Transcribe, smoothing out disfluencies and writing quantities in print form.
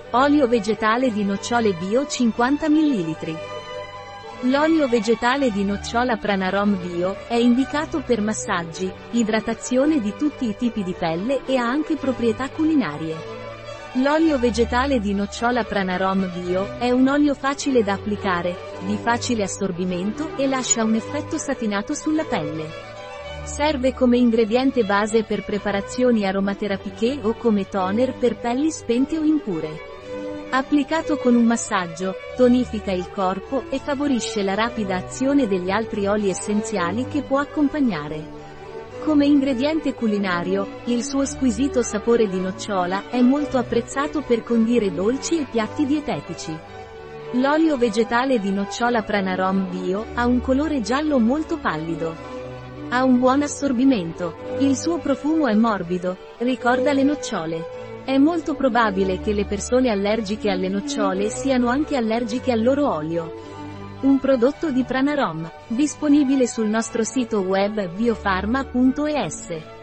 Olio vegetale di nocciole bio 50 ml. L'olio vegetale di nocciola Pranarom Bio è indicato per massaggi, idratazione di tutti i tipi di pelle e ha anche proprietà culinarie. L'olio vegetale di nocciola Pranarom Bio è un olio facile da applicare, di facile assorbimento e lascia un effetto satinato sulla pelle. Serve come ingrediente base per preparazioni aromaterapiche o come toner per pelli spente o impure. Applicato con un massaggio, tonifica il corpo e favorisce la rapida azione degli altri oli essenziali che può accompagnare. Come ingrediente culinario, il suo squisito sapore di nocciola è molto apprezzato per condire dolci e piatti dietetici. L'olio vegetale di nocciola Pranarom Bio ha un colore giallo molto pallido. Ha un buon assorbimento. Il suo profumo è morbido, ricorda le nocciole. È molto probabile che le persone allergiche alle nocciole siano anche allergiche al loro olio. Un prodotto di Pranarom, disponibile sul nostro sito web biofarma.es.